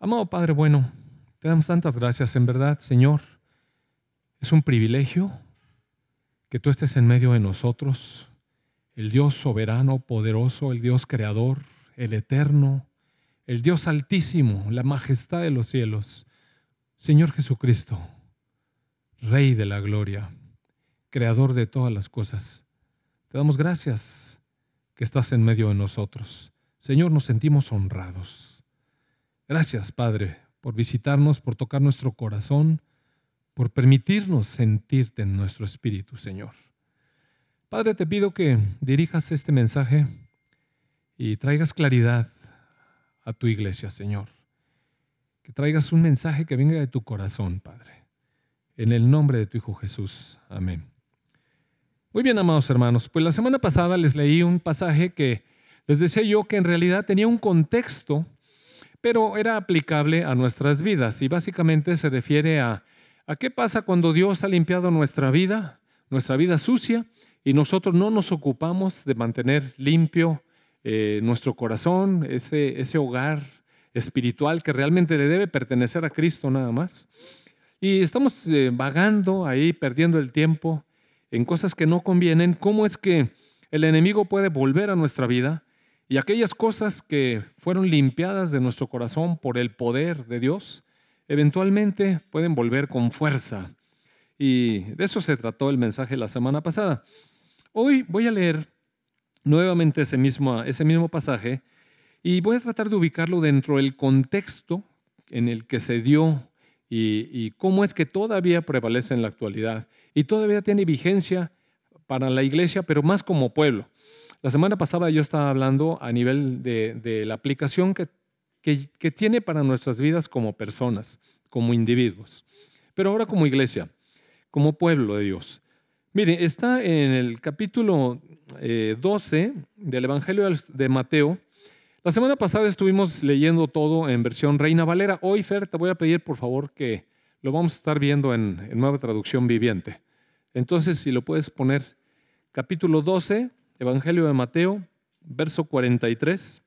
Amado Padre bueno, te damos tantas gracias, en verdad, Señor. Es un privilegio que tú estés en medio de nosotros, el Dios soberano, poderoso, el Dios creador, el eterno, el Dios altísimo, la majestad de los cielos. Señor Jesucristo, Rey de la gloria, creador de todas las cosas. Te damos gracias que estás en medio de nosotros. Señor, nos sentimos honrados. Gracias, Padre, por visitarnos, por tocar nuestro corazón, por permitirnos sentirte en nuestro espíritu, Señor. Padre, te pido que dirijas este mensaje y traigas claridad a tu iglesia, Señor. Que traigas un mensaje que venga de tu corazón, Padre. En el nombre de tu Hijo Jesús. Amén. Muy bien, amados hermanos. Pues la semana pasada les leí un pasaje que les decía yo que en realidad tenía un contexto, pero era aplicable a nuestras vidas. Y básicamente se refiere a qué pasa cuando Dios ha limpiado nuestra vida sucia, y nosotros no nos ocupamos de mantener limpio nuestro corazón, ese hogar espiritual que realmente le debe pertenecer a Cristo nada más. Y estamos vagando ahí, perdiendo el tiempo en cosas que no convienen. ¿Cómo es que el enemigo puede volver a nuestra vida? Y aquellas cosas que fueron limpiadas de nuestro corazón por el poder de Dios, eventualmente pueden volver con fuerza. Y de eso se trató el mensaje la semana pasada. Hoy voy a leer nuevamente ese mismo pasaje y voy a tratar de ubicarlo dentro del contexto en el que se dio y cómo es que todavía prevalece en la actualidad y todavía tiene vigencia para la iglesia, pero más como pueblo. La semana pasada yo estaba hablando a nivel de la aplicación que tiene para nuestras vidas como personas, como individuos, pero ahora como iglesia, como pueblo de Dios. Mire, está en el capítulo 12 del Evangelio de Mateo. La semana pasada estuvimos leyendo todo en versión Reina Valera. Hoy, Fer, te voy a pedir por favor que lo vamos a estar viendo en Nueva Traducción Viviente. Entonces, si lo puedes poner, capítulo 12, Evangelio de Mateo, verso 43.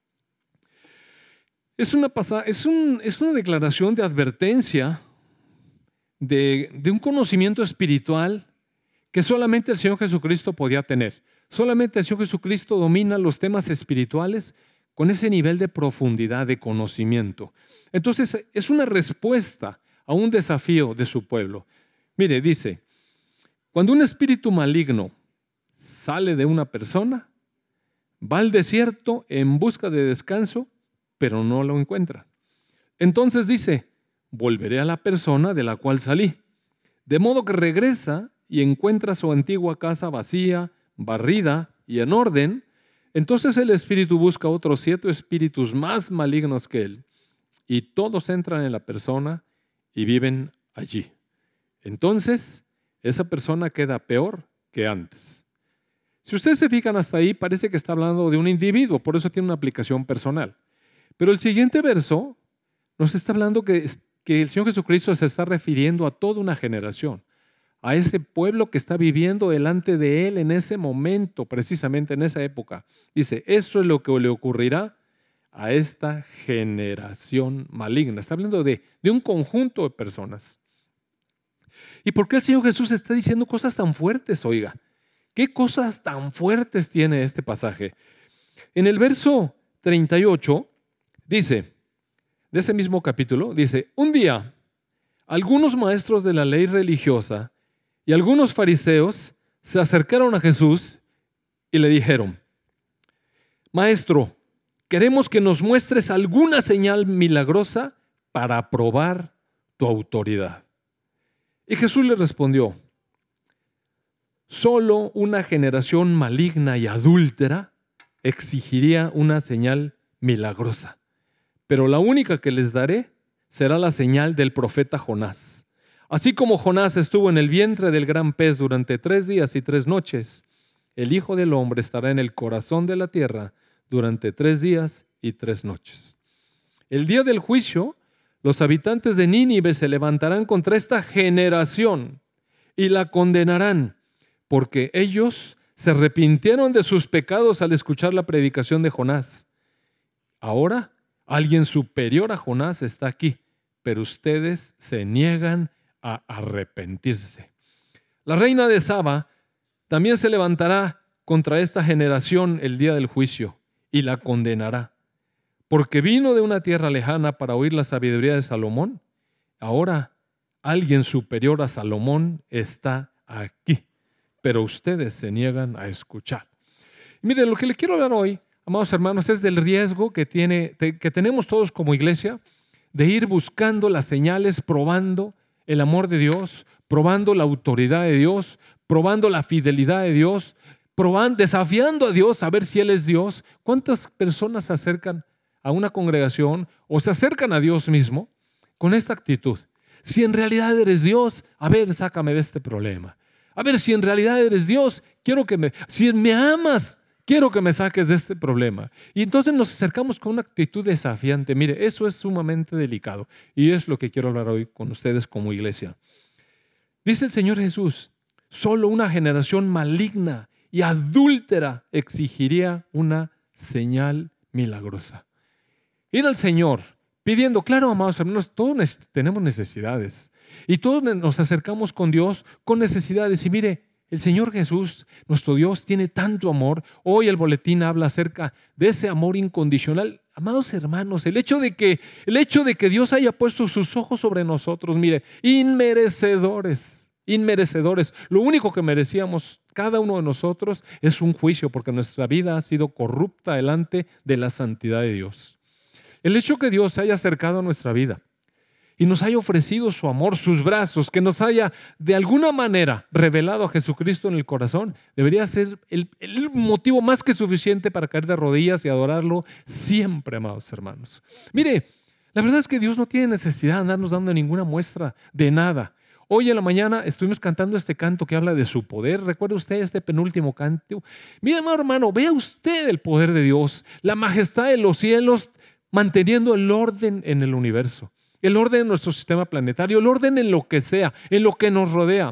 Es una declaración de advertencia de un conocimiento espiritual que solamente el Señor Jesucristo podía tener. Solamente el Señor Jesucristo domina los temas espirituales con ese nivel de profundidad, de conocimiento. Entonces, es una respuesta a un desafío de su pueblo. Mire, dice, cuando un espíritu maligno sale de una persona, va al desierto en busca de descanso, pero no lo encuentra. Entonces dice, volveré a la persona de la cual salí. De modo que regresa y encuentra su antigua casa vacía, barrida y en orden. Entonces el espíritu busca otros 7 espíritus más malignos que él, y todos entran en la persona y viven allí. Entonces esa persona queda peor que antes. Si ustedes se fijan hasta ahí, parece que está hablando de un individuo, por eso tiene una aplicación personal. Pero el siguiente verso nos está hablando que el Señor Jesucristo se está refiriendo a toda una generación, a ese pueblo que está viviendo delante de Él en ese momento, precisamente en esa época. Dice, esto es lo que le ocurrirá a esta generación maligna. Está hablando de un conjunto de personas. ¿Y por qué el Señor Jesús está diciendo cosas tan fuertes, oiga? ¿Qué cosas tan fuertes tiene este pasaje? En el verso 38 dice, de ese mismo capítulo, dice, un día algunos maestros de la ley religiosa y algunos fariseos se acercaron a Jesús y le dijeron, Maestro, queremos que nos muestres alguna señal milagrosa para probar tu autoridad. Y Jesús les respondió, solo una generación maligna y adúltera exigiría una señal milagrosa, pero la única que les daré será la señal del profeta Jonás. Así como Jonás estuvo en el vientre del gran pez durante 3 días y 3 noches, el Hijo del Hombre estará en el corazón de la tierra durante 3 días y 3 noches. El día del juicio, los habitantes de Nínive se levantarán contra esta generación y la condenarán, porque ellos se arrepintieron de sus pecados al escuchar la predicación de Jonás. Ahora Alguien superior a Jonás está aquí, pero ustedes se niegan a arrepentirse. La reina de Saba también se levantará contra esta generación el día del juicio y la condenará, porque vino de una tierra lejana para oír la sabiduría de Salomón. Ahora alguien superior a Salomón está aquí, pero ustedes se niegan a escuchar. Mire, lo que le quiero hablar hoy, amados hermanos, es del riesgo que tenemos todos como iglesia de ir buscando las señales, probando el amor de Dios, probando la autoridad de Dios, probando la fidelidad de Dios, desafiando a Dios a ver si Él es Dios. ¿Cuántas personas se acercan a una congregación o se acercan a Dios mismo con esta actitud? Si en realidad eres Dios, a ver, sácame de este problema. A ver, si en realidad eres Dios, si me amas, quiero que me saques de este problema. Y entonces nos acercamos con una actitud desafiante. Mire, eso es sumamente delicado y es lo que quiero hablar hoy con ustedes como iglesia. Dice el Señor Jesús, solo una generación maligna y adúltera exigiría una señal milagrosa. Ir al Señor pidiendo, claro, amados hermanos, todos tenemos necesidades y todos nos acercamos con Dios con necesidades. Y mire, el Señor Jesús, nuestro Dios, tiene tanto amor. Hoy el boletín habla acerca de ese amor incondicional. Amados hermanos, el hecho de que Dios haya puesto sus ojos sobre nosotros, mire, inmerecedores. Lo único que merecíamos cada uno de nosotros es un juicio, porque nuestra vida ha sido corrupta delante de la santidad de Dios. El hecho que Dios se haya acercado a nuestra vida y nos haya ofrecido su amor, sus brazos, que nos haya de alguna manera revelado a Jesucristo en el corazón, debería ser el motivo más que suficiente para caer de rodillas y adorarlo siempre, amados hermanos. Mire, la verdad es que Dios no tiene necesidad de andarnos dando ninguna muestra de nada. Hoy en la mañana estuvimos cantando este canto que habla de su poder. ¿Recuerda usted este penúltimo canto? Mire, amado hermano, vea usted el poder de Dios, la majestad de los cielos manteniendo el orden en el universo. El orden en nuestro sistema planetario, el orden en lo que sea, en lo que nos rodea,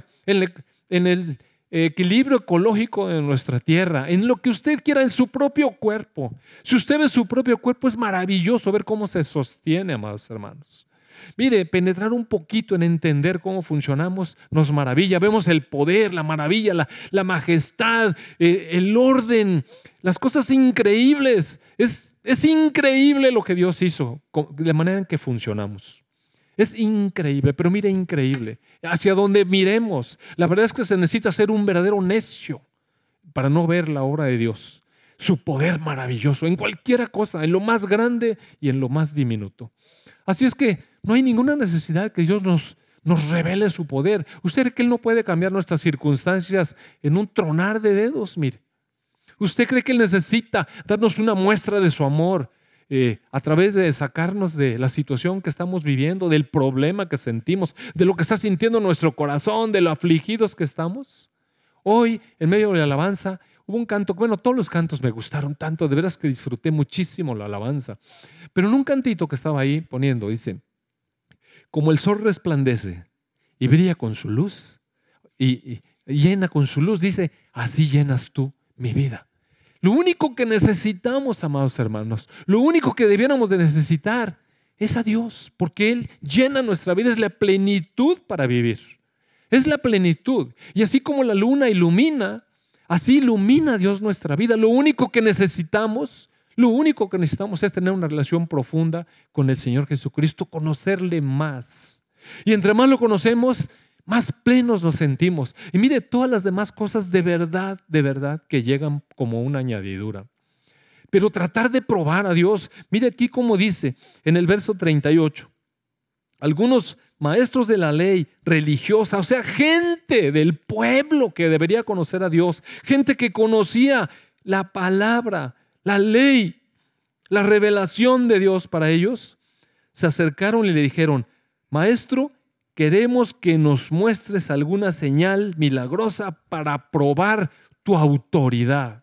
en el equilibrio ecológico de nuestra tierra, en lo que usted quiera, en su propio cuerpo. Si usted ve su propio cuerpo, es maravilloso ver cómo se sostiene, amados hermanos. Mire, penetrar un poquito en entender cómo funcionamos nos maravilla. Vemos el poder, la maravilla, la majestad, el orden, las cosas increíbles. Es increíble lo que Dios hizo, de manera en que funcionamos. Es increíble, pero mire, increíble. Hacia donde miremos, la verdad es que se necesita ser un verdadero necio para no ver la obra de Dios. Su poder maravilloso en cualquier cosa, en lo más grande y en lo más diminuto. Así es que no hay ninguna necesidad que Dios nos revele su poder. ¿Usted cree que Él no puede cambiar nuestras circunstancias en un tronar de dedos? Mire. ¿Usted cree que Él necesita darnos una muestra de su amor a través de sacarnos de la situación que estamos viviendo, del problema que sentimos, de lo que está sintiendo nuestro corazón, de lo afligidos que estamos? Hoy, en medio de la alabanza, hubo un canto, bueno, todos los cantos me gustaron tanto, de veras que disfruté muchísimo la alabanza. Pero en un cantito que estaba ahí poniendo, dice, como el sol resplandece y brilla con su luz y llena con su luz, dice, así llenas tú mi vida. Lo único que necesitamos, amados hermanos, lo único que debiéramos de necesitar es a Dios, porque Él llena nuestra vida, es la plenitud para vivir. Es la plenitud. Y así como la luna ilumina, así ilumina Dios nuestra vida. Lo único que necesitamos es tener una relación profunda con el Señor Jesucristo, conocerle más. Y entre más lo conocemos, más plenos nos sentimos. Y mire, todas las demás cosas de verdad que llegan como una añadidura. Pero tratar de probar a Dios, mire aquí como dice en el verso 38, algunos maestros de la ley religiosa, o sea, gente del pueblo que debería conocer a Dios, gente que conocía la palabra, la ley, la revelación de Dios para ellos, se acercaron y le dijeron, maestro, queremos que nos muestres alguna señal milagrosa para probar tu autoridad.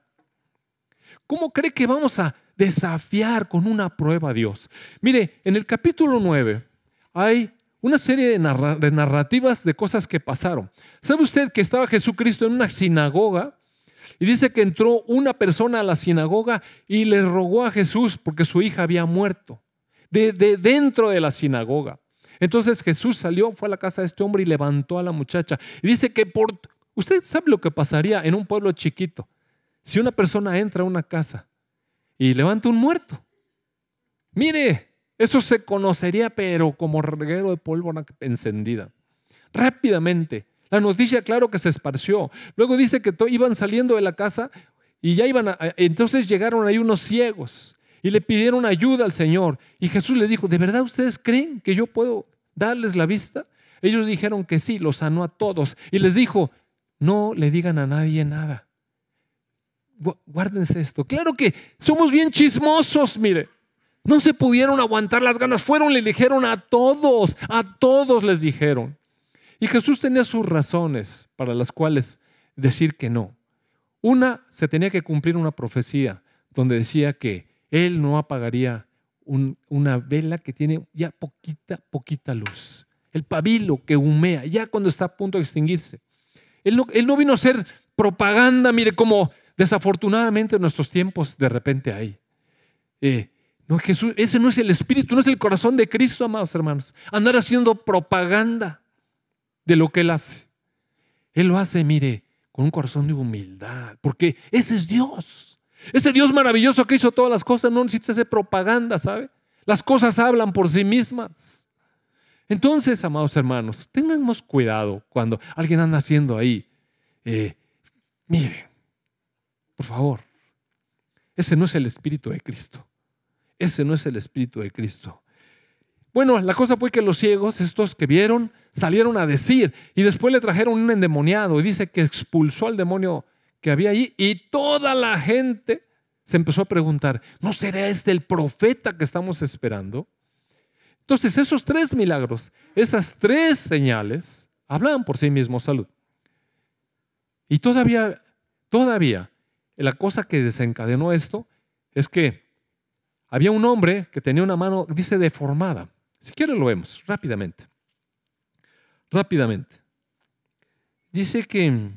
¿Cómo cree que vamos a desafiar con una prueba a Dios? Mire, en el capítulo 9 hay una serie de narrativas de cosas que pasaron. ¿Sabe usted que estaba Jesucristo en una sinagoga? Y dice que entró una persona a la sinagoga y le rogó a Jesús porque su hija había muerto. de dentro de la sinagoga. Entonces Jesús salió, fue a la casa de este hombre y levantó a la muchacha. Y dice que usted sabe lo que pasaría en un pueblo chiquito si una persona entra a una casa y levanta un muerto. Mire, eso se conocería, pero como reguero de pólvora encendida. Rápidamente. La noticia, claro que se esparció. Luego dice que iban saliendo de la casa y ya entonces llegaron ahí unos ciegos y le pidieron ayuda al Señor. Y Jesús le dijo, ¿de verdad ustedes creen que yo puedo darles la vista? Ellos dijeron que sí, los sanó a todos. Y les dijo, no le digan a nadie nada. Guárdense esto. Claro que somos bien chismosos, mire. No se pudieron aguantar las ganas. Fueron, le dijeron a todos les dijeron. Y Jesús tenía sus razones para las cuales decir que no. Una, se tenía que cumplir una profecía donde decía que Él no apagaría una vela que tiene ya poquita luz. El pabilo que humea, ya cuando está a punto de extinguirse. Él no vino a hacer propaganda, mire, como desafortunadamente en nuestros tiempos de repente hay. No, Jesús, ese no es el espíritu, no es el corazón de Cristo, amados hermanos. Andar haciendo propaganda de lo que Él hace. Él lo hace, mire, con un corazón de humildad, porque ese es Dios. Ese Dios maravilloso que hizo todas las cosas no necesita hacer propaganda, ¿sabe? Las cosas hablan por sí mismas. Entonces, amados hermanos, tengamos cuidado cuando alguien anda haciendo ahí. Mire, por favor, ese no es el espíritu de Cristo. Ese no es el espíritu de Cristo. Bueno, la cosa fue que los ciegos, estos que vieron, salieron a decir y después le trajeron un endemoniado y dice que expulsó al demonio que había ahí y toda la gente se empezó a preguntar, ¿no será este el profeta que estamos esperando? Entonces esos 3 milagros, esas 3 señales hablaban por sí mismos salud. Y todavía, la cosa que desencadenó esto es que había un hombre que tenía una mano, dice, deformada. Si quieren lo vemos rápidamente. Dice que en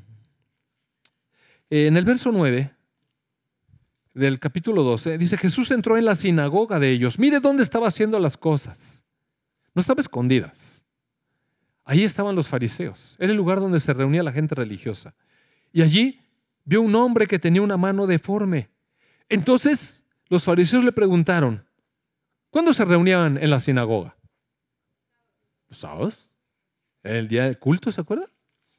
el verso 9 del capítulo 12, dice, Jesús entró en la sinagoga de ellos. Mire dónde estaba haciendo las cosas. No estaba escondidas. Ahí estaban los fariseos. Era el lugar donde se reunía la gente religiosa. Y allí vio un hombre que tenía una mano deforme. Entonces los fariseos le preguntaron, ¿cuándo se reunían en la sinagoga? ¿Los sábados? ¿El día del culto, se acuerda?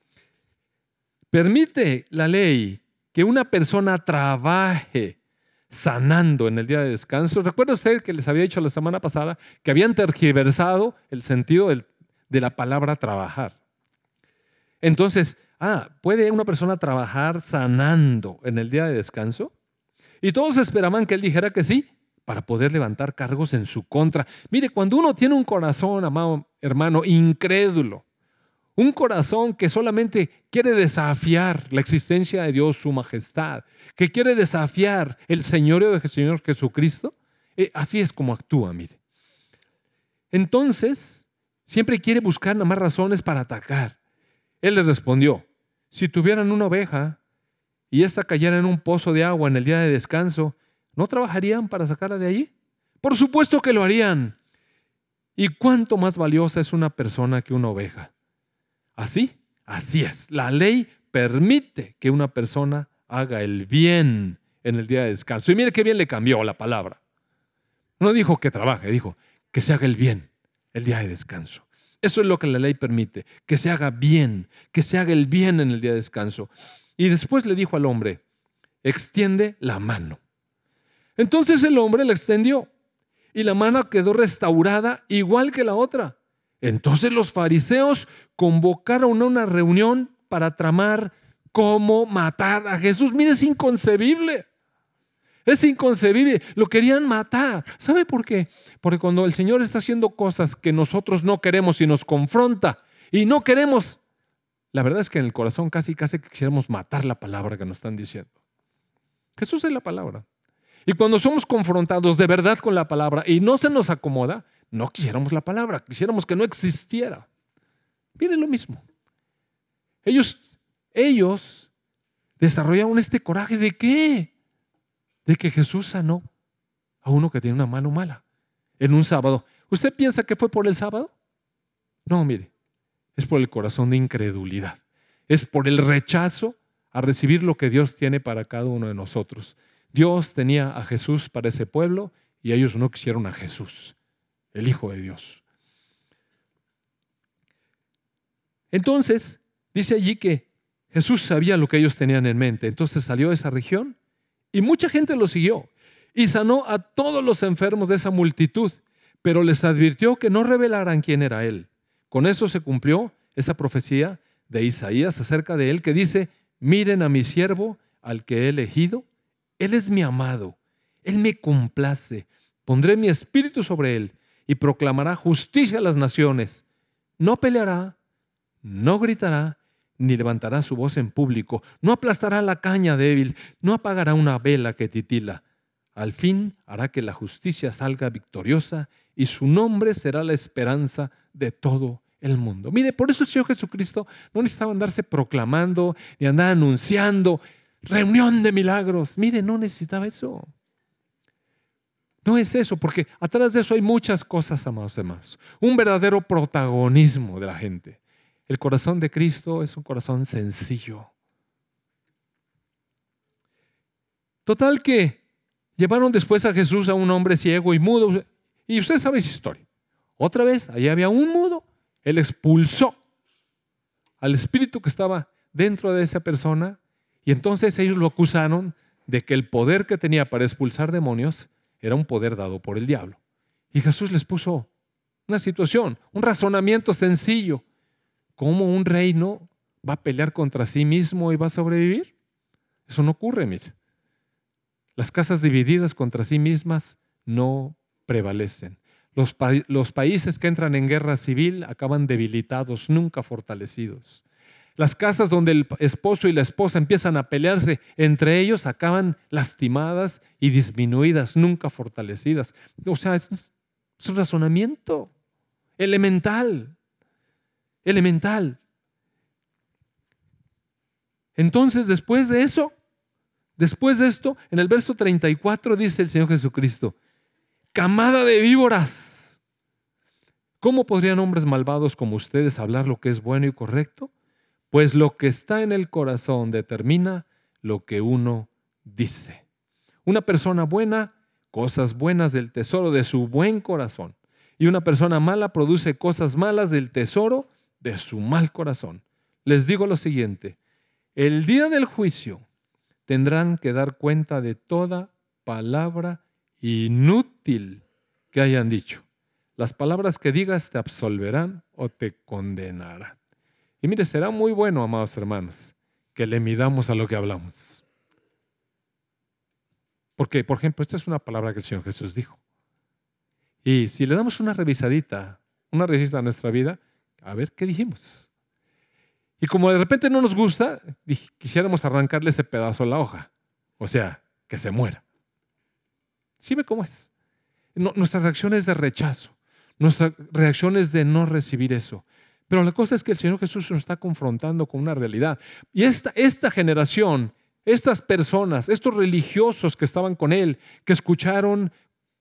¿Permite la ley que una persona trabaje sanando en el día de descanso? ¿Recuerda usted que les había dicho la semana pasada que habían tergiversado el sentido de la palabra trabajar? Entonces, ¿puede una persona trabajar sanando en el día de descanso? Y todos esperaban que él dijera que sí, para poder levantar cargos en su contra. Mire, cuando uno tiene un corazón, amado hermano, incrédulo, un corazón que solamente quiere desafiar la existencia de Dios, su majestad, que quiere desafiar el señorío del Señor Jesucristo, así es como actúa, mire. Entonces, siempre quiere buscar nada más razones para atacar. Él les respondió, si tuvieran una oveja y ésta cayera en un pozo de agua en el día de descanso, ¿no trabajarían para sacarla de allí? Por supuesto que lo harían. ¿Y cuánto más valiosa es una persona que una oveja? Así es. La ley permite que una persona haga el bien en el día de descanso. Y mire qué bien le cambió la palabra. No dijo que trabaje, dijo que se haga el bien el día de descanso. Eso es lo que la ley permite, que se haga bien, que se haga el bien en el día de descanso. Y después le dijo al hombre, extiende la mano. Entonces el hombre la extendió y la mano quedó restaurada igual que la otra. Entonces los fariseos convocaron a una reunión para tramar cómo matar a Jesús. Mire, es inconcebible. Es inconcebible. Lo querían matar. ¿Sabe por qué? Porque cuando el Señor está haciendo cosas que nosotros no queremos y nos confronta y no queremos, la verdad es que en el corazón casi quisiéramos matar la palabra que nos están diciendo. Jesús es la palabra. Y cuando somos confrontados de verdad con la palabra y no se nos acomoda, no quisiéramos la palabra, quisiéramos que no existiera. Miren lo mismo. Ellos desarrollaron este coraje ¿de qué? De que Jesús sanó a uno que tiene una mano mala. en un sábado. ¿Usted piensa que fue por el sábado? No, mire, es por el corazón de incredulidad. Es por el rechazo a recibir lo que Dios tiene para cada uno de nosotros. Dios tenía a Jesús para ese pueblo y ellos no quisieron a Jesús, el Hijo de Dios. Entonces, dice allí que Jesús sabía lo que ellos tenían en mente. Entonces salió de esa región y mucha gente lo siguió y sanó a todos los enfermos de esa multitud, pero les advirtió que no revelaran quién era Él. Con eso se cumplió esa profecía de Isaías acerca de Él que dice: miren a mi siervo, al que he elegido. Él es mi amado, Él me complace. Pondré mi espíritu sobre Él y proclamará justicia a las naciones. No peleará, no gritará, ni levantará su voz en público. No aplastará la caña débil, no apagará una vela que titila. Al fin hará que la justicia salga victoriosa y su nombre será la esperanza de todo el mundo. Mire, por eso el Señor Jesucristo no necesitaba andarse proclamando ni andar anunciando reunión de milagros. Mire, no necesitaba eso. No es eso, porque atrás de eso hay muchas cosas, amados hermanos. Un verdadero protagonismo de la gente. El corazón de Cristo es un corazón sencillo. Total que llevaron después a Jesús a un hombre ciego y mudo. Y usted sabe esa historia. Otra vez, allí había un mudo. Él expulsó al espíritu que estaba dentro de esa persona. Y entonces ellos lo acusaron de que el poder que tenía para expulsar demonios era un poder dado por el diablo. Y Jesús les puso una situación, un razonamiento sencillo. ¿Cómo un reino va a pelear contra sí mismo y va a sobrevivir? Eso no ocurre, mire. Las casas divididas contra sí mismas no prevalecen. Los países que entran en guerra civil acaban debilitados, nunca fortalecidos. Las casas donde el esposo y la esposa empiezan a pelearse entre ellos acaban lastimadas y disminuidas, nunca fortalecidas. O sea, es un razonamiento elemental. Elemental. Entonces, después de esto, en el verso 34 dice el Señor Jesucristo: camada de víboras, ¿cómo podrían hombres malvados como ustedes hablar lo que es bueno y correcto? Pues lo que está en el corazón determina lo que uno dice. Una persona buena, cosas buenas del tesoro de su buen corazón. Y una persona mala produce cosas malas del tesoro de su mal corazón. Les digo lo siguiente: el día del juicio tendrán que dar cuenta de toda palabra inútil que hayan dicho. Las palabras que digas te absolverán o te condenarán. Y mire, será muy bueno, amados hermanos, que le midamos a lo que hablamos. Porque, por ejemplo, esta es una palabra que el Señor Jesús dijo. Y si le damos una revisita a nuestra vida, a ver qué dijimos. Y como de repente no nos gusta, quisiéramos arrancarle ese pedazo a la hoja. O sea, que se muera. ¿Sí ve cómo es? Nuestra reacción es de rechazo. Nuestra reacción es de no recibir eso. Pero la cosa es que el Señor Jesús nos está confrontando con una realidad. Y esta generación, estas personas, estos religiosos que estaban con Él, que escucharon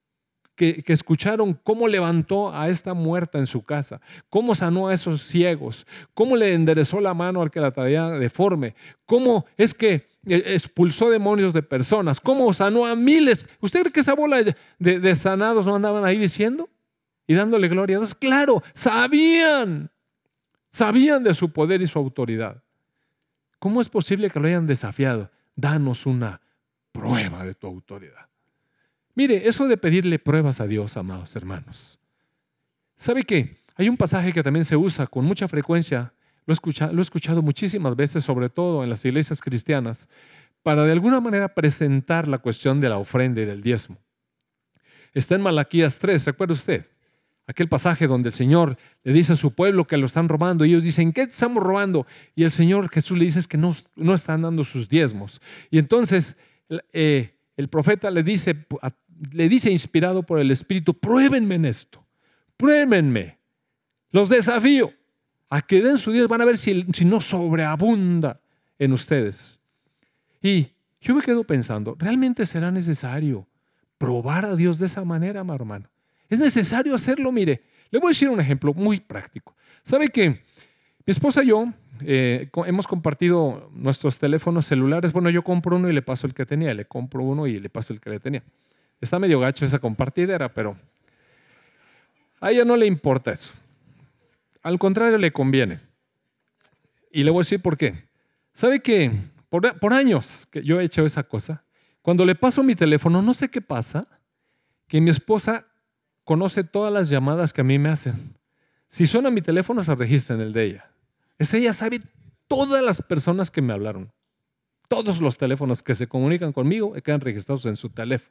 cómo levantó a esta muerta en su casa, cómo sanó a esos ciegos, cómo le enderezó la mano al que la traía deforme, cómo es que expulsó demonios de personas, cómo sanó a miles. ¿Usted cree que esa bola de sanados no andaban ahí diciendo y dándole gloria a Dios? Claro, sabían de su poder y su autoridad. ¿Cómo es posible que lo hayan desafiado? Danos una prueba de tu autoridad. Mire, eso de pedirle pruebas a Dios, amados hermanos. ¿Sabe qué? Hay un pasaje que también se usa con mucha frecuencia, lo he escuchado muchísimas veces, sobre todo en las iglesias cristianas, para de alguna manera presentar la cuestión de la ofrenda y del diezmo. Está en Malaquías 3, ¿se acuerda usted? Aquel pasaje donde el Señor le dice a su pueblo que lo están robando y ellos dicen: ¿qué estamos robando? Y el Señor Jesús le dice que no están dando sus diezmos. Y entonces el profeta le dice inspirado por el Espíritu: pruébenme en esto, pruébenme, los desafío a que den su diezmo, van a ver si no sobreabunda en ustedes. Y yo me quedo pensando, ¿realmente será necesario probar a Dios de esa manera, mi hermano? Es necesario hacerlo, mire. Le voy a decir un ejemplo muy práctico. ¿Sabe que mi esposa y yo hemos compartido nuestros teléfonos celulares? Bueno, yo compro uno y le paso el que tenía, le compro uno y le paso el que le tenía. Está medio gacho esa compartidera, pero a ella no le importa eso. Al contrario, le conviene. Y le voy a decir por qué. ¿Sabe que por años que yo he hecho esa cosa? Cuando le paso mi teléfono, no sé qué pasa, que mi esposa conoce todas las llamadas que a mí me hacen. Si suena mi teléfono, se registra en el de ella. Ella sabe todas las personas que me hablaron. Todos los teléfonos que se comunican conmigo quedan registrados en su teléfono.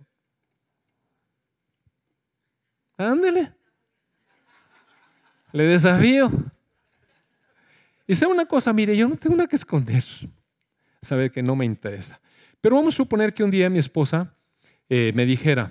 Ándele. Le desafío. Y sabe una cosa, mire, yo no tengo nada que esconder. Sabe que no me interesa. Pero vamos a suponer que un día mi esposa me dijera,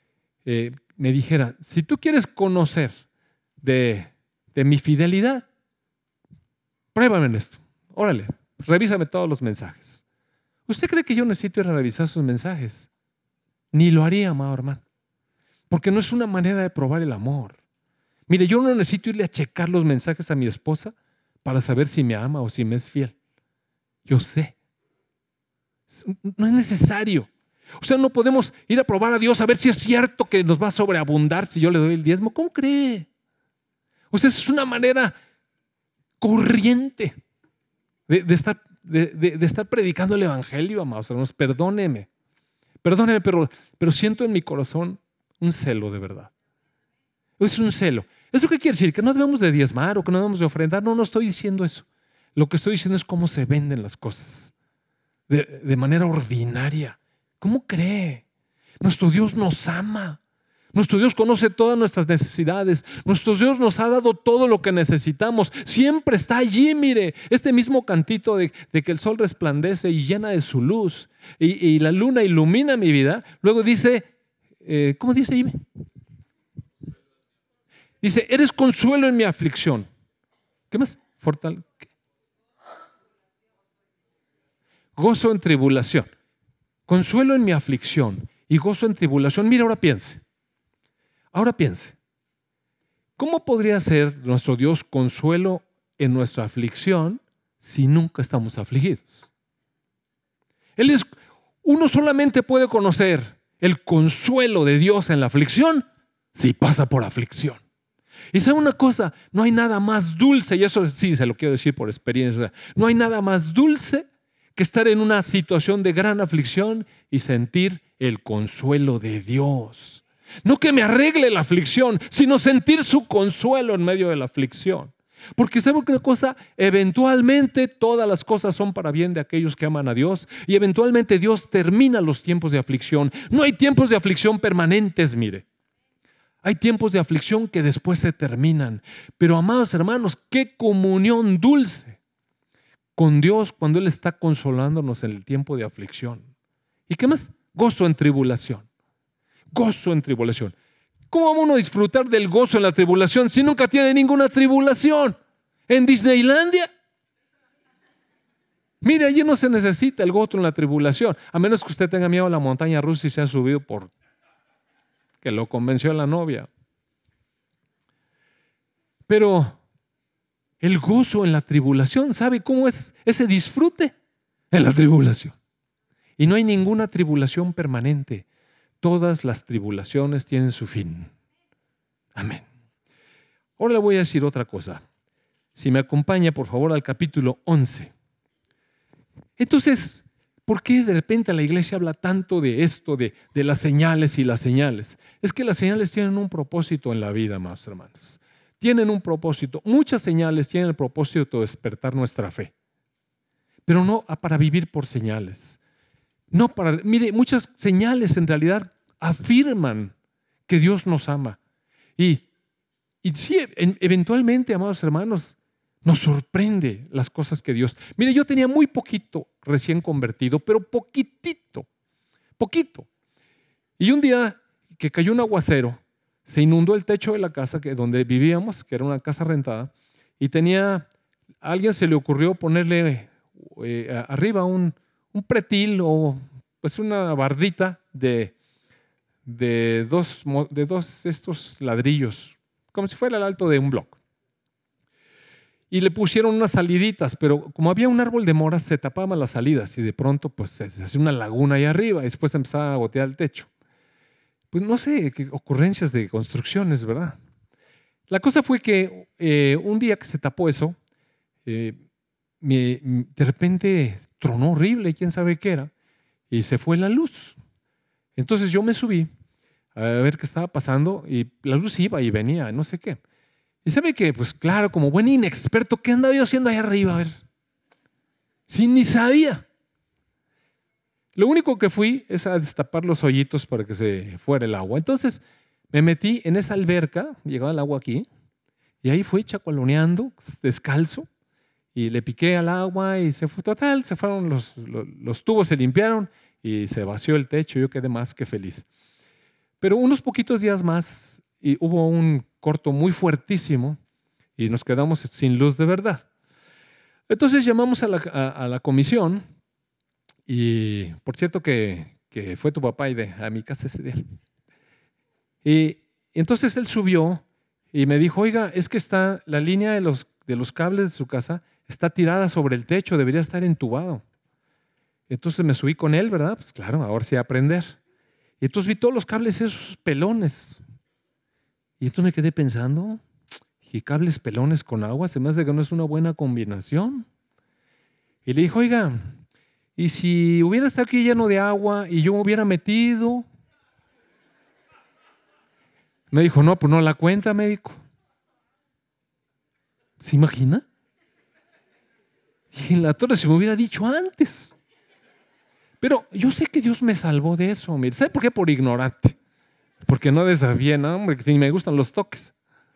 si tú quieres conocer de mi fidelidad, pruébame en esto. Órale, revísame todos los mensajes. ¿Usted cree que yo necesito ir a revisar sus mensajes? Ni lo haría, amado hermano. Porque no es una manera de probar el amor. Mire, yo no necesito irle a checar los mensajes a mi esposa para saber si me ama o si me es fiel. Yo sé. No es necesario. O sea, no podemos ir a probar a Dios a ver si es cierto que nos va a sobreabundar si yo le doy el diezmo. ¿Cómo cree? O sea, es una manera corriente de estar predicando el evangelio, amados hermanos. Perdóneme, pero siento en mi corazón un celo de verdad. Es un celo. ¿Eso qué quiere decir? ¿Que no debemos de diezmar o que no debemos de ofrendar? No, no estoy diciendo eso. Lo que estoy diciendo es cómo se venden las cosas. De manera ordinaria. ¿Cómo cree? Nuestro Dios nos ama. Nuestro Dios conoce todas nuestras necesidades. Nuestro Dios nos ha dado todo lo que necesitamos. Siempre está allí, mire. Este mismo cantito de que el sol resplandece y llena de su luz y la luna ilumina mi vida. Luego dice, ¿cómo dice Jimmy? Dice, eres consuelo en mi aflicción. ¿Qué más? Gozo en tribulación. Consuelo en mi aflicción y gozo en tribulación. Mira, ahora piense. ¿Cómo podría ser nuestro Dios consuelo en nuestra aflicción si nunca estamos afligidos? Uno solamente puede conocer el consuelo de Dios en la aflicción si pasa por aflicción. Y sabe una cosa, no hay nada más dulce, y eso sí se lo quiero decir por experiencia, no hay nada más dulce que estar en una situación de gran aflicción y sentir el consuelo de Dios. No que me arregle la aflicción, sino sentir su consuelo en medio de la aflicción. Porque ¿sabe una cosa? Eventualmente todas las cosas son para bien de aquellos que aman a Dios y eventualmente Dios termina los tiempos de aflicción. No hay tiempos de aflicción permanentes, mire. Hay tiempos de aflicción que después se terminan. Pero amados hermanos, qué comunión dulce con Dios cuando Él está consolándonos en el tiempo de aflicción. ¿Y qué más? Gozo en tribulación. Gozo en tribulación. ¿Cómo vamos a disfrutar del gozo en la tribulación si nunca tiene ninguna tribulación? ¿En Disneylandia? Mire, allí no se necesita el gozo en la tribulación, a menos que usted tenga miedo a la montaña rusa y se ha subido por que lo convenció la novia. Pero el gozo en la tribulación, ¿sabe cómo es ese disfrute? En la tribulación. Y no hay ninguna tribulación permanente. Todas las tribulaciones tienen su fin. Amén. Ahora le voy a decir otra cosa. Si me acompaña, por favor, al capítulo 11. Entonces, ¿por qué de repente la iglesia habla tanto de esto, de las señales y las señales? Es que las señales tienen un propósito en la vida, amados hermanos. Tienen un propósito. Muchas señales tienen el propósito de despertar nuestra fe. Pero no para vivir por señales. Mire, muchas señales en realidad afirman que Dios nos ama. Y sí, eventualmente, amados hermanos, nos sorprende las cosas que Dios. Mire, yo tenía muy poquito recién convertido, pero poquito. Y un día que cayó un aguacero, se inundó el techo de la casa donde vivíamos, que era una casa rentada, y a alguien se le ocurrió ponerle arriba un pretil o pues una bardita de de dos estos ladrillos, como si fuera el alto de un bloque. Y le pusieron unas saliditas, pero como había un árbol de moras, se tapaban las salidas y de pronto pues se hacía una laguna ahí arriba y después empezaba a gotear el techo. Pues no sé, qué ocurrencias de construcciones, ¿verdad? La cosa fue que un día que se tapó eso, de repente tronó horrible, quién sabe qué era, y se fue la luz. Entonces yo me subí a ver qué estaba pasando y la luz iba y venía, no sé qué. Y sabe que, pues claro, como buen inexperto, ¿qué andaba yo haciendo ahí arriba? A ver, sí, ni sabía. Lo único que fui es a destapar los hoyitos para que se fuera el agua. Entonces me metí en esa alberca, llegaba el agua aquí, y ahí fui chacualoneando, descalzo, y le piqué al agua y se fue total, se fueron los tubos, se limpiaron y se vació el techo. Yo quedé más que feliz. Pero unos poquitos días más y hubo un corto muy fuertísimo y nos quedamos sin luz de verdad. Entonces llamamos a la comisión y por cierto que fue tu papá a mi casa ese día. Y entonces él subió y me dijo, oiga, es que está la línea de los cables de su casa está tirada sobre el techo, debería estar entubado. Entonces me subí con él, ¿verdad? Pues claro, ahora sí a aprender. Y entonces vi todos los cables esos pelones. Y entonces me quedé pensando, ¿y cables pelones con agua? Se me hace que no es una buena combinación. Y le dijo, oiga, ¿y si hubiera estado aquí lleno de agua y yo me hubiera metido? Me dijo, no, pues no la cuenta, médico. ¿Se imagina? Y en la torre se me hubiera dicho antes. Pero yo sé que Dios me salvó de eso. Mire, ¿sabe por qué? Por ignorante. Porque no desafié, no, hombre, que si me gustan los toques.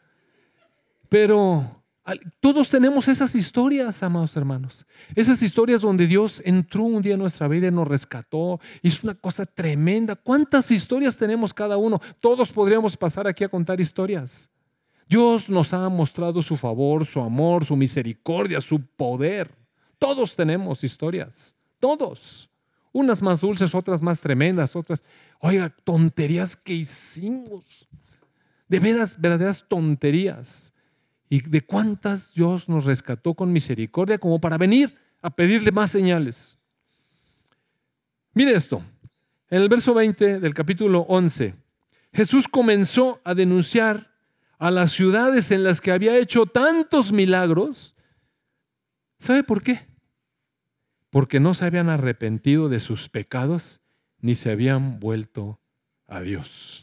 Pero todos tenemos esas historias, amados hermanos. Esas historias donde Dios entró un día en nuestra vida y nos rescató. Hizo una cosa tremenda. ¿Cuántas historias tenemos cada uno? Todos podríamos pasar aquí a contar historias. Dios nos ha mostrado su favor, su amor, su misericordia, su poder. Todos tenemos historias. Todos. Unas más dulces, otras más tremendas, otras, oiga, tonterías que hicimos. De veras, verdaderas tonterías. Y de cuántas Dios nos rescató con misericordia como para venir a pedirle más señales. Mire esto, en el verso 20 del capítulo 11, Jesús comenzó a denunciar a las ciudades en las que había hecho tantos milagros. ¿Sabe por qué? Porque no se habían arrepentido de sus pecados ni se habían vuelto a Dios.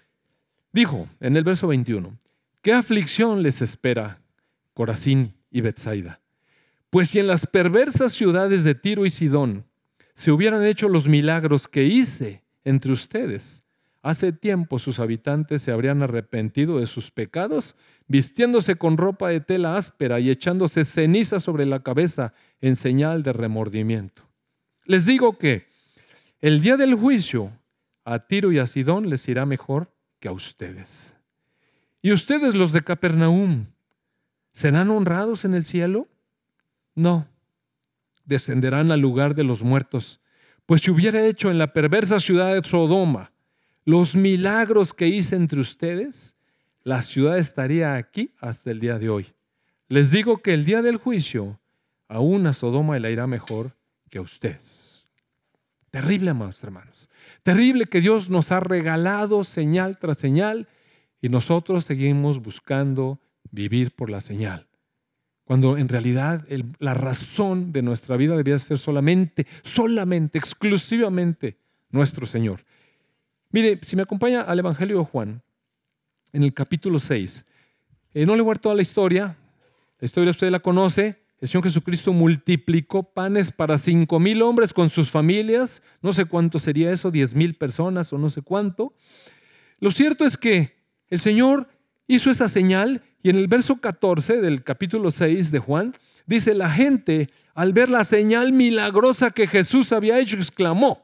Dijo en el verso 21, ¿qué aflicción les espera Corazín y Betsaida? Pues si en las perversas ciudades de Tiro y Sidón se hubieran hecho los milagros que hice entre ustedes, hace tiempo sus habitantes se habrían arrepentido de sus pecados, vistiéndose con ropa de tela áspera y echándose ceniza sobre la cabeza en señal de remordimiento. Les digo que el día del juicio a Tiro y a Sidón les irá mejor que a ustedes. ¿Y ustedes, los de Capernaum, serán honrados en el cielo? No, descenderán al lugar de los muertos. Pues si hubiera hecho en la perversa ciudad de Sodoma los milagros que hice entre ustedes, la ciudad estaría aquí hasta el día de hoy. Les digo que el día del juicio, aún a Sodoma le irá mejor que a ustedes. Terrible, amados hermanos. Terrible que Dios nos ha regalado señal tras señal y nosotros seguimos buscando vivir por la señal. Cuando en realidad la razón de nuestra vida debía ser solamente, exclusivamente nuestro Señor. Mire, si me acompaña al Evangelio de Juan, en el capítulo 6, no le voy a dar toda la historia usted la conoce. El Señor Jesucristo multiplicó panes para 5,000 hombres con sus familias, no sé cuánto sería eso, 10,000 personas o no sé cuánto. Lo cierto es que el Señor hizo esa señal y en el verso 14 del capítulo 6 de Juan, dice, la gente al ver la señal milagrosa que Jesús había hecho, exclamó,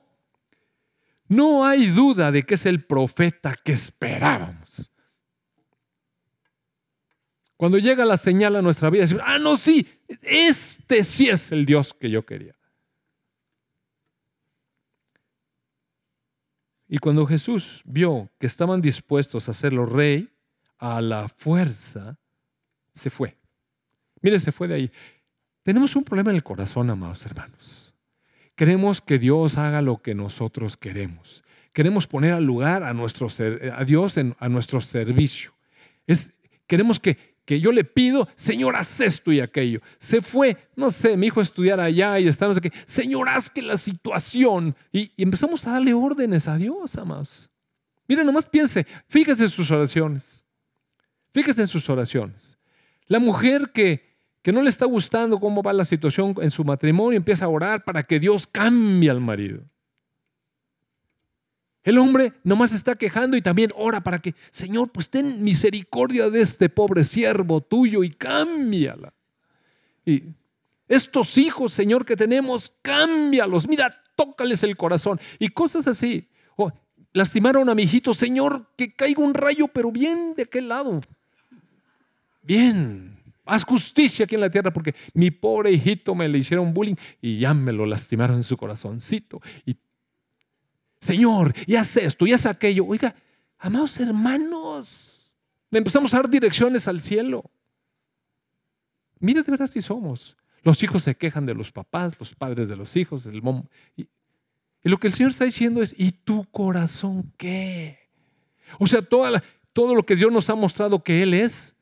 no hay duda de que es el profeta que esperábamos. Cuando llega la señal a nuestra vida, decimos, no, sí, este sí es el Dios que yo quería. Y cuando Jesús vio que estaban dispuestos a hacerlo rey a la fuerza, se fue. Mire, se fue de ahí. Tenemos un problema en el corazón, amados hermanos. Queremos que Dios haga lo que nosotros queremos. Queremos poner al lugar a Dios a nuestro servicio. Queremos que yo le pido, Señor, haz esto y aquello. Se fue, no sé, mi hijo a estudiar allá y está no sé qué. Señor, haz que la situación. Y empezamos a darle órdenes a Dios, amados. Miren, nomás piense, fíjese en sus oraciones. Fíjese en sus oraciones. La mujer que no le está gustando cómo va la situación en su matrimonio, empieza a orar para que Dios cambie al marido. El hombre nomás está quejando y también ora para que, Señor, pues ten misericordia de este pobre siervo tuyo y cámbiala. Y estos hijos, Señor, que tenemos, cámbialos. Mira, tócales el corazón. Y cosas así. Lastimaron a mi hijito, Señor, que caiga un rayo, pero bien de aquel lado. Bien. Haz justicia aquí en la tierra porque mi pobre hijito me le hicieron bullying y ya me lo lastimaron en su corazoncito. Y Señor, y haz esto, y haz aquello. Oiga, amados hermanos, le empezamos a dar direcciones al cielo. Mira de veras si somos. Los hijos se quejan de los papás, los padres de los hijos. Y lo que el Señor está diciendo es, ¿y tu corazón qué? O sea, todo lo que Dios nos ha mostrado que Él es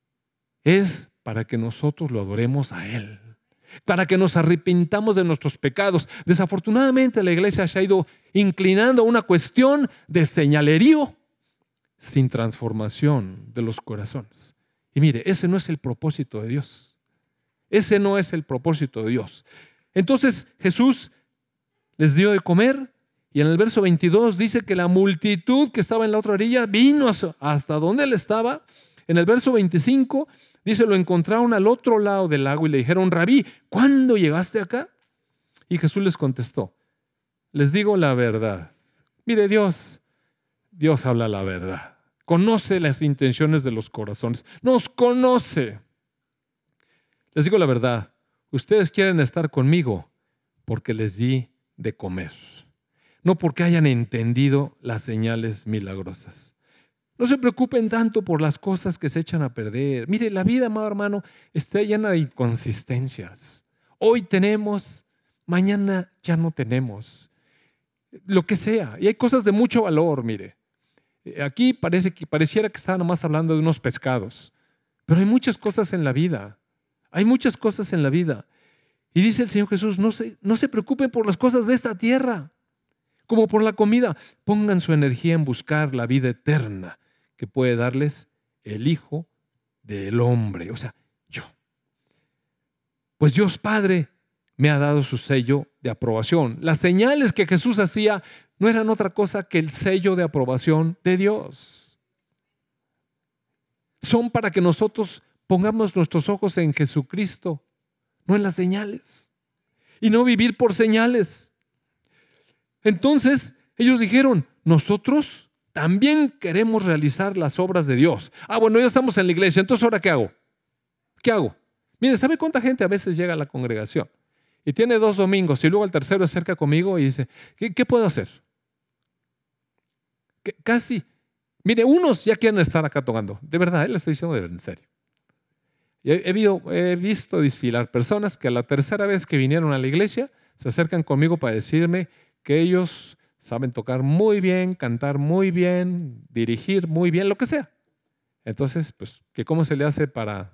para que nosotros lo adoremos a Él, para que nos arrepintamos de nuestros pecados. Desafortunadamente la iglesia se ha ido inclinando a una cuestión de señalerío sin transformación de los corazones. Y mire, ese no es el propósito de Dios. Ese no es el propósito de Dios. Entonces Jesús les dio de comer y en el verso 22 dice que la multitud que estaba en la otra orilla vino hasta donde él estaba. En el verso 25 dice, lo encontraron al otro lado del lago y le dijeron, Rabí, ¿cuándo llegaste acá? Y Jesús les contestó, les digo la verdad. Mire, Dios habla la verdad. Conoce las intenciones de los corazones. Nos conoce. Les digo la verdad. Ustedes quieren estar conmigo porque les di de comer. No porque hayan entendido las señales milagrosas. No se preocupen tanto por las cosas que se echan a perder. Mire, la vida, amado hermano, está llena de inconsistencias. Hoy tenemos, mañana ya no tenemos. Lo que sea. Y hay cosas de mucho valor, mire. Aquí pareciera que estaba nomás hablando de unos pescados. Pero hay muchas cosas en la vida. Hay muchas cosas en la vida. Y dice el Señor Jesús, no se preocupen por las cosas de esta tierra, como por la comida. Pongan su energía en buscar la vida eterna que puede darles el Hijo del Hombre, o sea, yo. Pues Dios Padre me ha dado su sello de aprobación. Las señales que Jesús hacía no eran otra cosa que el sello de aprobación de Dios. Son para que nosotros pongamos nuestros ojos en Jesucristo, no en las señales, y no vivir por señales. Entonces ellos dijeron, nosotros también queremos realizar las obras de Dios. Bueno, ya estamos en la iglesia, entonces ¿ahora qué hago? ¿Qué hago? Mire, ¿sabe cuánta gente a veces llega a la congregación y tiene 2 domingos y luego el tercero se acerca conmigo y dice, ¿qué puedo hacer? Casi, mire, unos ya quieren estar acá tocando, de verdad, le estoy diciendo de verdad, en serio. He visto desfilar personas que a la tercera vez que vinieron a la iglesia se acercan conmigo para decirme que ellos saben tocar muy bien, cantar muy bien, dirigir muy bien, lo que sea. Entonces, pues, ¿cómo se le hace para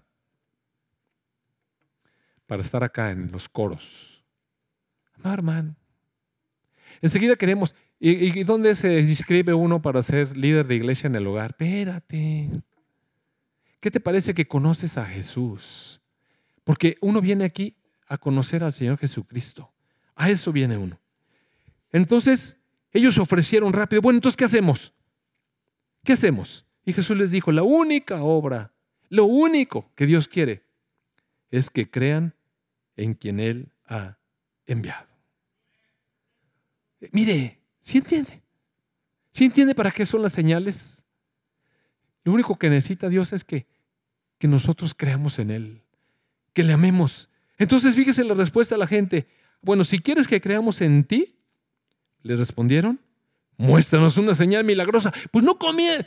estar acá en los coros? Hermano. Enseguida queremos, ¿y dónde se inscribe uno para ser líder de iglesia en el hogar? Espérate. ¿Qué te parece que conoces a Jesús? Porque uno viene aquí a conocer al Señor Jesucristo. A eso viene uno. Entonces, ellos ofrecieron rápido, bueno, entonces, ¿qué hacemos? ¿Qué hacemos? Y Jesús les dijo, la única obra, lo único que Dios quiere es que crean en quien Él ha enviado. Mire, ¿sí entiende? ¿Sí entiende para qué son las señales? Lo único que necesita Dios es que nosotros creamos en Él, que le amemos. Entonces, fíjese la respuesta a la gente. Bueno, si quieres que creamos en ti, le respondieron, muéstranos una señal milagrosa. Pues no comía.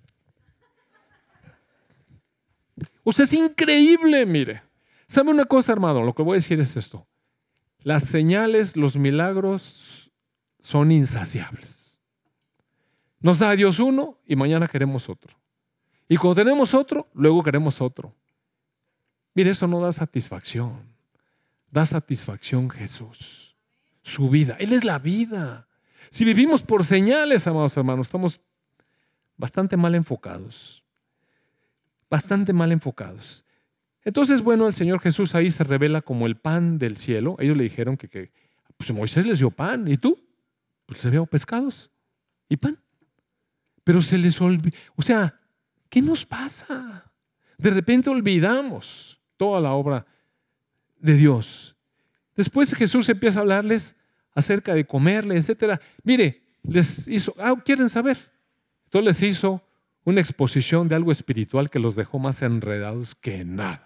O sea, es increíble, mire. ¿Sabe una cosa, hermano? Lo que voy a decir es esto. Las señales, los milagros son insaciables. Nos da Dios uno y mañana queremos otro. Y cuando tenemos otro, luego queremos otro. Mire, eso no da satisfacción. Da satisfacción Jesús. Su vida. Él es la vida. Si vivimos por señales, amados hermanos, estamos bastante mal enfocados. Bastante mal enfocados. Entonces, bueno, el Señor Jesús ahí se revela como el pan del cielo. Ellos le dijeron que pues Moisés les dio pan. ¿Y tú? Pues se veo pescados y pan. Pero se les olvidó. O sea, ¿qué nos pasa? De repente olvidamos toda la obra de Dios. Después Jesús empieza a hablarles acerca de comerle, etcétera. Mire, les hizo, ¿quieren saber? Entonces les hizo una exposición de algo espiritual que los dejó más enredados que nada.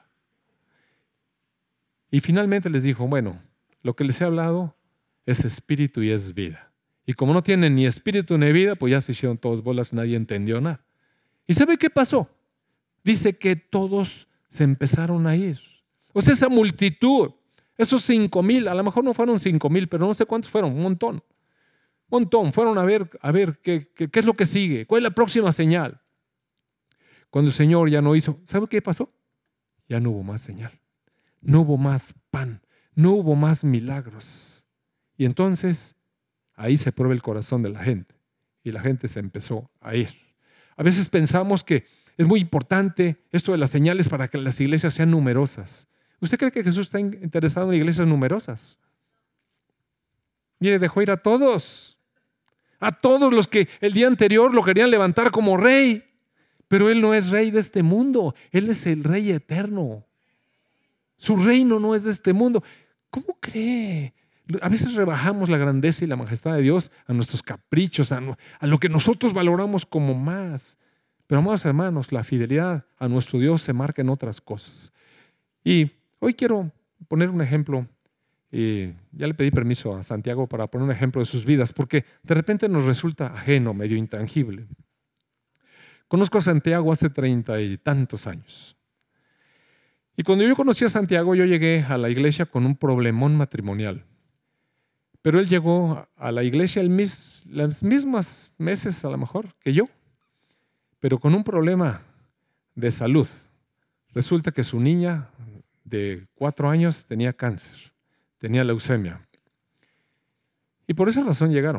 Y finalmente les dijo, bueno, lo que les he hablado es espíritu y es vida. Y como no tienen ni espíritu ni vida, pues ya se hicieron todos bolas, nadie entendió nada. ¿Y sabe qué pasó? Dice que todos se empezaron a ir. O sea, esa multitud, esos 5,000, a lo mejor no fueron 5,000, pero no sé cuántos fueron, un montón. Un montón, fueron a ver qué es lo que sigue, cuál es la próxima señal. Cuando el Señor ya no hizo, ¿sabe qué pasó? Ya no hubo más señal, no hubo más pan, no hubo más milagros. Y entonces ahí se prueba el corazón de la gente y la gente se empezó a ir. A veces pensamos que es muy importante esto de las señales para que las iglesias sean numerosas. ¿Usted cree que Jesús está interesado en iglesias numerosas? Mire, dejó ir a todos los que el día anterior lo querían levantar como rey. Pero Él no es rey de este mundo, Él es el rey eterno. Su reino no es de este mundo. ¿Cómo cree? A veces rebajamos la grandeza y la majestad de Dios a nuestros caprichos, a lo que nosotros valoramos como más. Pero, amados hermanos, la fidelidad a nuestro Dios se marca en otras cosas. Y hoy quiero poner un ejemplo. Ya le pedí permiso a Santiago para poner un ejemplo de sus vidas, porque de repente nos resulta ajeno, medio intangible. Conozco a Santiago hace 30 y tantos años. Y cuando yo conocí a Santiago, yo llegué a la iglesia con un problemón matrimonial. Pero él llegó a la iglesia las mismas meses a lo mejor que yo, pero con un problema de salud. Resulta que su niña de 4 años tenía cáncer, tenía leucemia. Y por esa razón llegaron.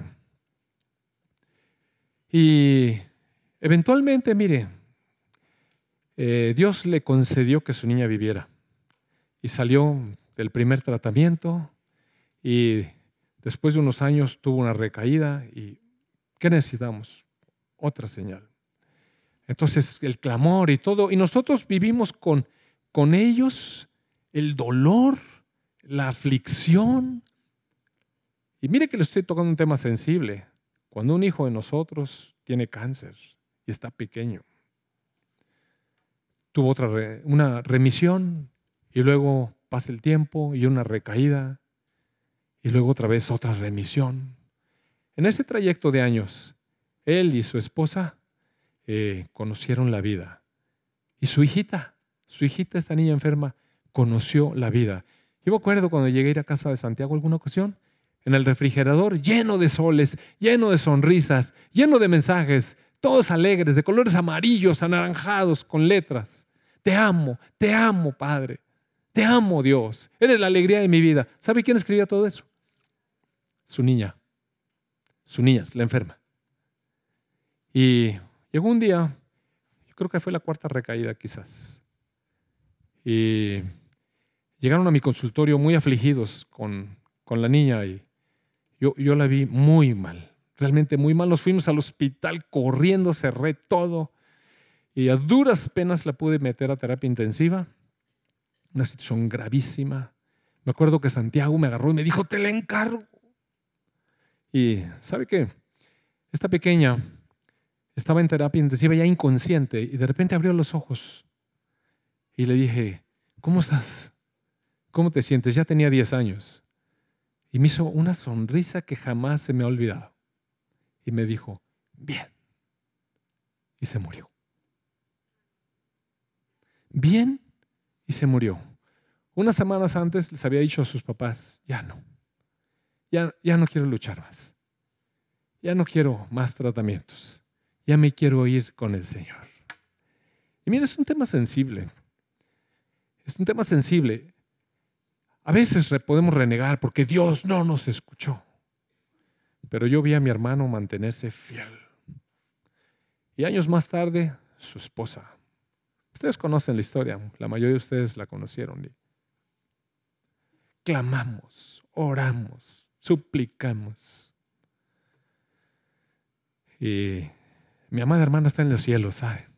Y eventualmente, mire, Dios le concedió que su niña viviera. Y salió del primer tratamiento y después de unos años tuvo una recaída. ¿Y qué necesitamos? Otra señal. Entonces el clamor y todo. Y nosotros vivimos con ellos el dolor, la aflicción. Y mire que le estoy tocando un tema sensible. Cuando un hijo de nosotros tiene cáncer y está pequeño, tuvo una remisión y luego pasa el tiempo y una recaída y luego otra vez otra remisión. En ese trayecto de años, él y su esposa conocieron la vida. Y su hijita, esta niña enferma, conoció la vida. Yo me acuerdo cuando llegué a ir a casa de Santiago alguna ocasión, en el refrigerador lleno de soles, lleno de sonrisas, lleno de mensajes, todos alegres, de colores amarillos, anaranjados, con letras. Te amo, Padre. Te amo, Dios. Eres la alegría de mi vida. ¿Sabe quién escribía todo eso? Su niña, la enferma. Y llegó un día, yo creo que fue la 4ª recaída quizás, y llegaron a mi consultorio muy afligidos con la niña y yo la vi muy mal, realmente muy mal. Nos fuimos al hospital corriendo, cerré todo y a duras penas la pude meter a terapia intensiva, una situación gravísima. Me acuerdo que Santiago me agarró y me dijo, te la encargo. Y ¿sabe qué? Esta pequeña estaba en terapia intensiva ya inconsciente y de repente abrió los ojos y le dije, ¿cómo estás? ¿Cómo te sientes? Ya tenía 10 años. Y me hizo una sonrisa que jamás se me ha olvidado. y me dijo, bien. Y se murió. Bien, y se murió. Unas semanas antes les había dicho a sus papás, ya no. Ya no quiero luchar más. Ya no quiero más tratamientos. Ya me quiero ir con el Señor. Y mira, es un tema sensible. Es un tema sensible. A veces podemos renegar porque Dios no nos escuchó. Pero yo vi a mi hermano mantenerse fiel. Y años más tarde, su esposa. Ustedes conocen la historia, la mayoría de ustedes la conocieron. Clamamos, oramos, suplicamos. Y mi amada hermana está en los cielos, ¿sabe?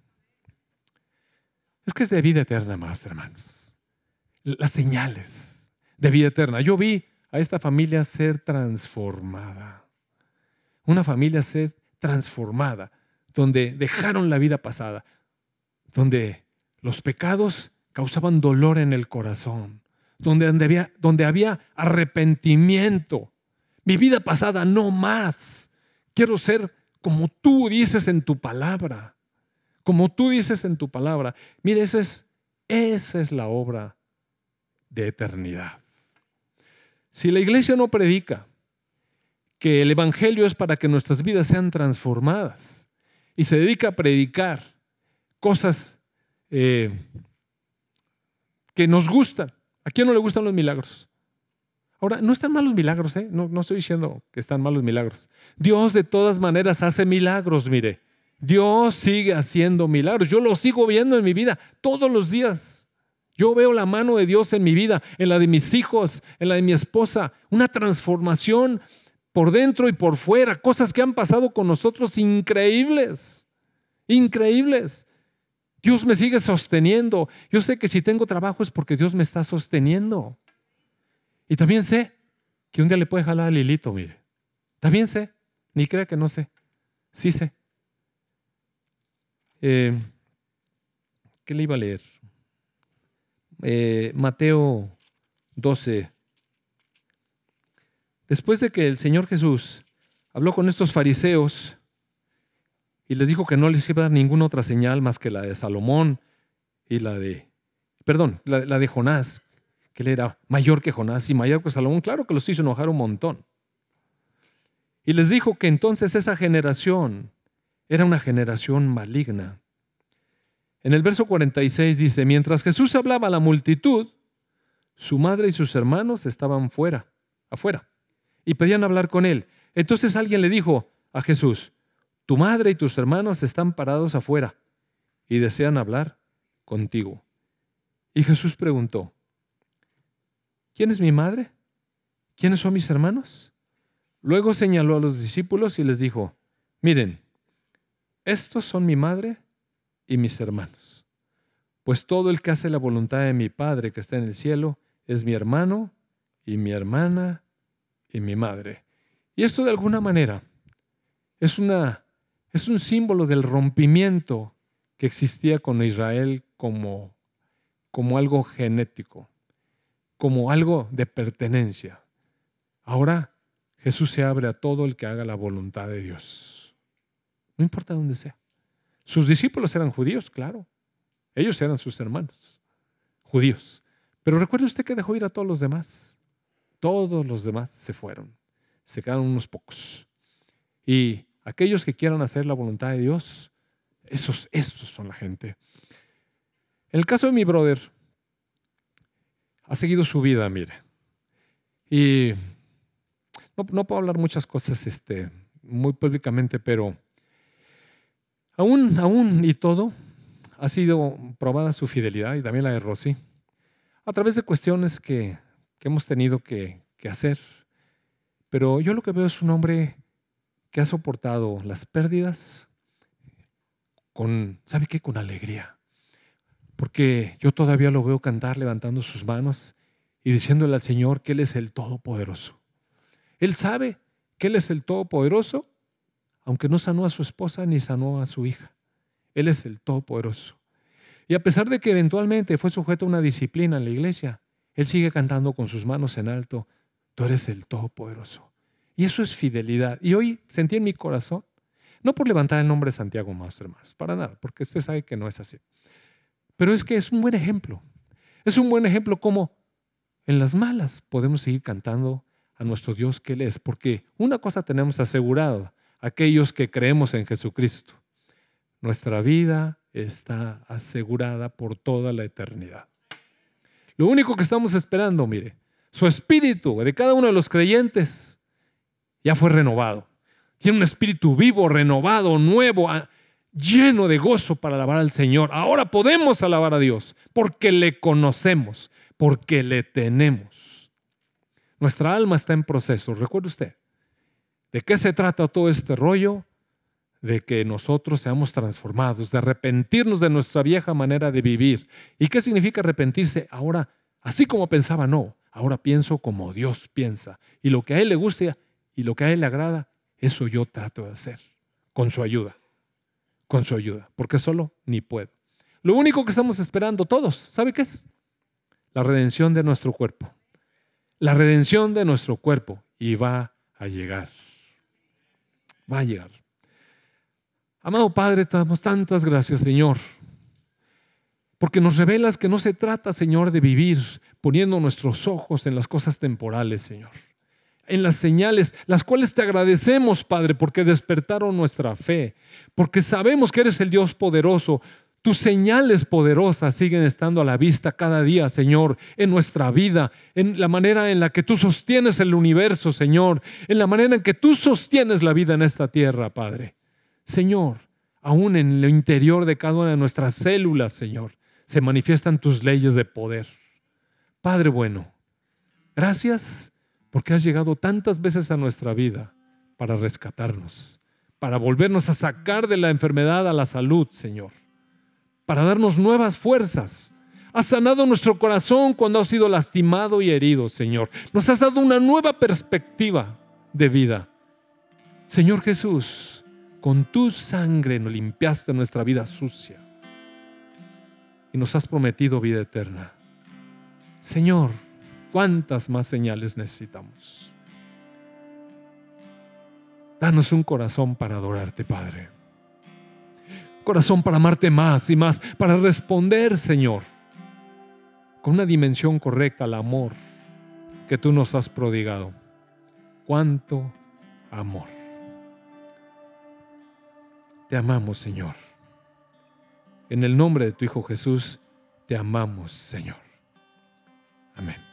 Es que es de vida eterna, amados hermanos. Las señales de vida eterna. Yo vi a esta familia ser transformada. Una familia ser transformada, donde dejaron la vida pasada, donde los pecados causaban dolor en el corazón, donde había arrepentimiento. Mi vida pasada no más. Quiero ser como tú dices en tu palabra. Como tú dices en tu palabra. Mire, esa es la obra de eternidad. Si la iglesia no predica que el evangelio es para que nuestras vidas sean transformadas y se dedica a predicar cosas que nos gustan. ¿A quién no le gustan los milagros? Ahora, no están mal los milagros, ¿eh? No estoy diciendo que están mal los milagros. Dios de todas maneras hace milagros, mire. Dios sigue haciendo milagros. Yo lo sigo viendo en mi vida todos los días. Yo veo la mano de Dios en mi vida, en la de mis hijos, en la de mi esposa. Una transformación por dentro y por fuera. Cosas que han pasado con nosotros increíbles. Increíbles. Dios me sigue sosteniendo. Yo sé que si tengo trabajo es porque Dios me está sosteniendo. Y también sé que un día le puede jalar al hilito, mire. También sé, ni crea que no sé. Sí sé. ¿Qué le iba a leer? Mateo 12. Después de que el Señor Jesús habló con estos fariseos y les dijo que no les iba a dar ninguna otra señal más que la de Salomón y la de Jonás, que él era mayor que Jonás y mayor que Salomón, claro que los hizo enojar un montón. Y les dijo que entonces esa generación era una generación maligna. En el verso 46 dice, mientras Jesús hablaba a la multitud, su madre y sus hermanos estaban afuera, y pedían hablar con él. Entonces alguien le dijo a Jesús, tu madre y tus hermanos están parados afuera y desean hablar contigo. Y Jesús preguntó, ¿quién es mi madre? ¿Quiénes son mis hermanos? Luego señaló a los discípulos y les dijo, miren, estos son mi madre y mis hermanos. Pues todo el que hace la voluntad de mi Padre que está en el cielo es mi hermano y mi hermana y mi madre. Y esto de alguna manera es un símbolo del rompimiento que existía con Israel como algo genético, como algo de pertenencia. Ahora Jesús se abre a todo el que haga la voluntad de Dios. No importa dónde sea. Sus discípulos eran judíos, claro. Ellos eran sus hermanos, judíos. Pero recuerde usted que dejó ir a todos los demás. Todos los demás se fueron. Se quedaron unos pocos. Y aquellos que quieran hacer la voluntad de Dios, esos son la gente. En el caso de mi brother, ha seguido su vida, mire. Y no puedo hablar muchas cosas muy públicamente, pero aún y todo, ha sido probada su fidelidad y también la de Rosy a través de cuestiones que hemos tenido que hacer. Pero yo lo que veo es un hombre que ha soportado las pérdidas ¿sabe qué? Con alegría. Porque yo todavía lo veo cantar levantando sus manos y diciéndole al Señor que Él es el Todopoderoso. Él sabe que Él es el Todopoderoso, aunque no sanó a su esposa ni sanó a su hija. Él es el Todopoderoso. Y a pesar de que eventualmente fue sujeto a una disciplina en la iglesia, Él sigue cantando con sus manos en alto, tú eres el Todopoderoso. Y eso es fidelidad. Y hoy sentí en mi corazón, no por levantar el nombre de Santiago más, hermanos, para nada, porque usted sabe que no es así. Pero es que es un buen ejemplo. Es un buen ejemplo como en las malas podemos seguir cantando a nuestro Dios que Él es, porque una cosa tenemos asegurada, aquellos que creemos en Jesucristo. Nuestra vida está asegurada por toda la eternidad. Lo único que estamos esperando, mire, su espíritu de cada uno de los creyentes ya fue renovado. Tiene un espíritu vivo, renovado, nuevo, lleno de gozo para alabar al Señor. Ahora podemos alabar a Dios porque le conocemos, porque le tenemos. Nuestra alma está en proceso. ¿Recuerda usted? ¿De qué se trata todo este rollo? De que nosotros seamos transformados, de arrepentirnos de nuestra vieja manera de vivir. ¿Y qué significa arrepentirse? Ahora, así como pensaba, no. Ahora pienso como Dios piensa. Y lo que a Él le gusta y lo que a Él le agrada, eso yo trato de hacer. Con su ayuda. Con su ayuda. Porque solo ni puedo. Lo único que estamos esperando todos, ¿sabe qué es? La redención de nuestro cuerpo. La redención de nuestro cuerpo. Y va a llegar. Va a llegar. Amado Padre, te damos tantas gracias, Señor, porque nos revelas que no se trata, Señor, de vivir poniendo nuestros ojos en las cosas temporales, Señor, en las señales, las cuales te agradecemos, Padre, porque despertaron nuestra fe, porque sabemos que eres el Dios poderoso. Tus señales poderosas siguen estando a la vista cada día, Señor, en nuestra vida, en la manera en la que tú sostienes el universo, Señor, en la manera en que tú sostienes la vida en esta tierra, Padre. Señor, aún en lo interior de cada una de nuestras células, Señor, se manifiestan tus leyes de poder. Padre bueno, gracias porque has llegado tantas veces a nuestra vida para rescatarnos, para volvernos a sacar de la enfermedad a la salud, Señor, para darnos nuevas fuerzas. Has sanado nuestro corazón cuando ha sido lastimado y herido, Señor. Nos has dado una nueva perspectiva de vida. Señor Jesús, con tu sangre nos limpiaste nuestra vida sucia y nos has prometido vida eterna. Señor, ¿cuántas más señales necesitamos? Danos un corazón para adorarte, Padre. Corazón para amarte más y más, para responder, Señor, con una dimensión correcta al amor que tú nos has prodigado. ¡Cuánto amor! Te amamos, Señor. En el nombre de tu Hijo Jesús, te amamos, Señor. Amén.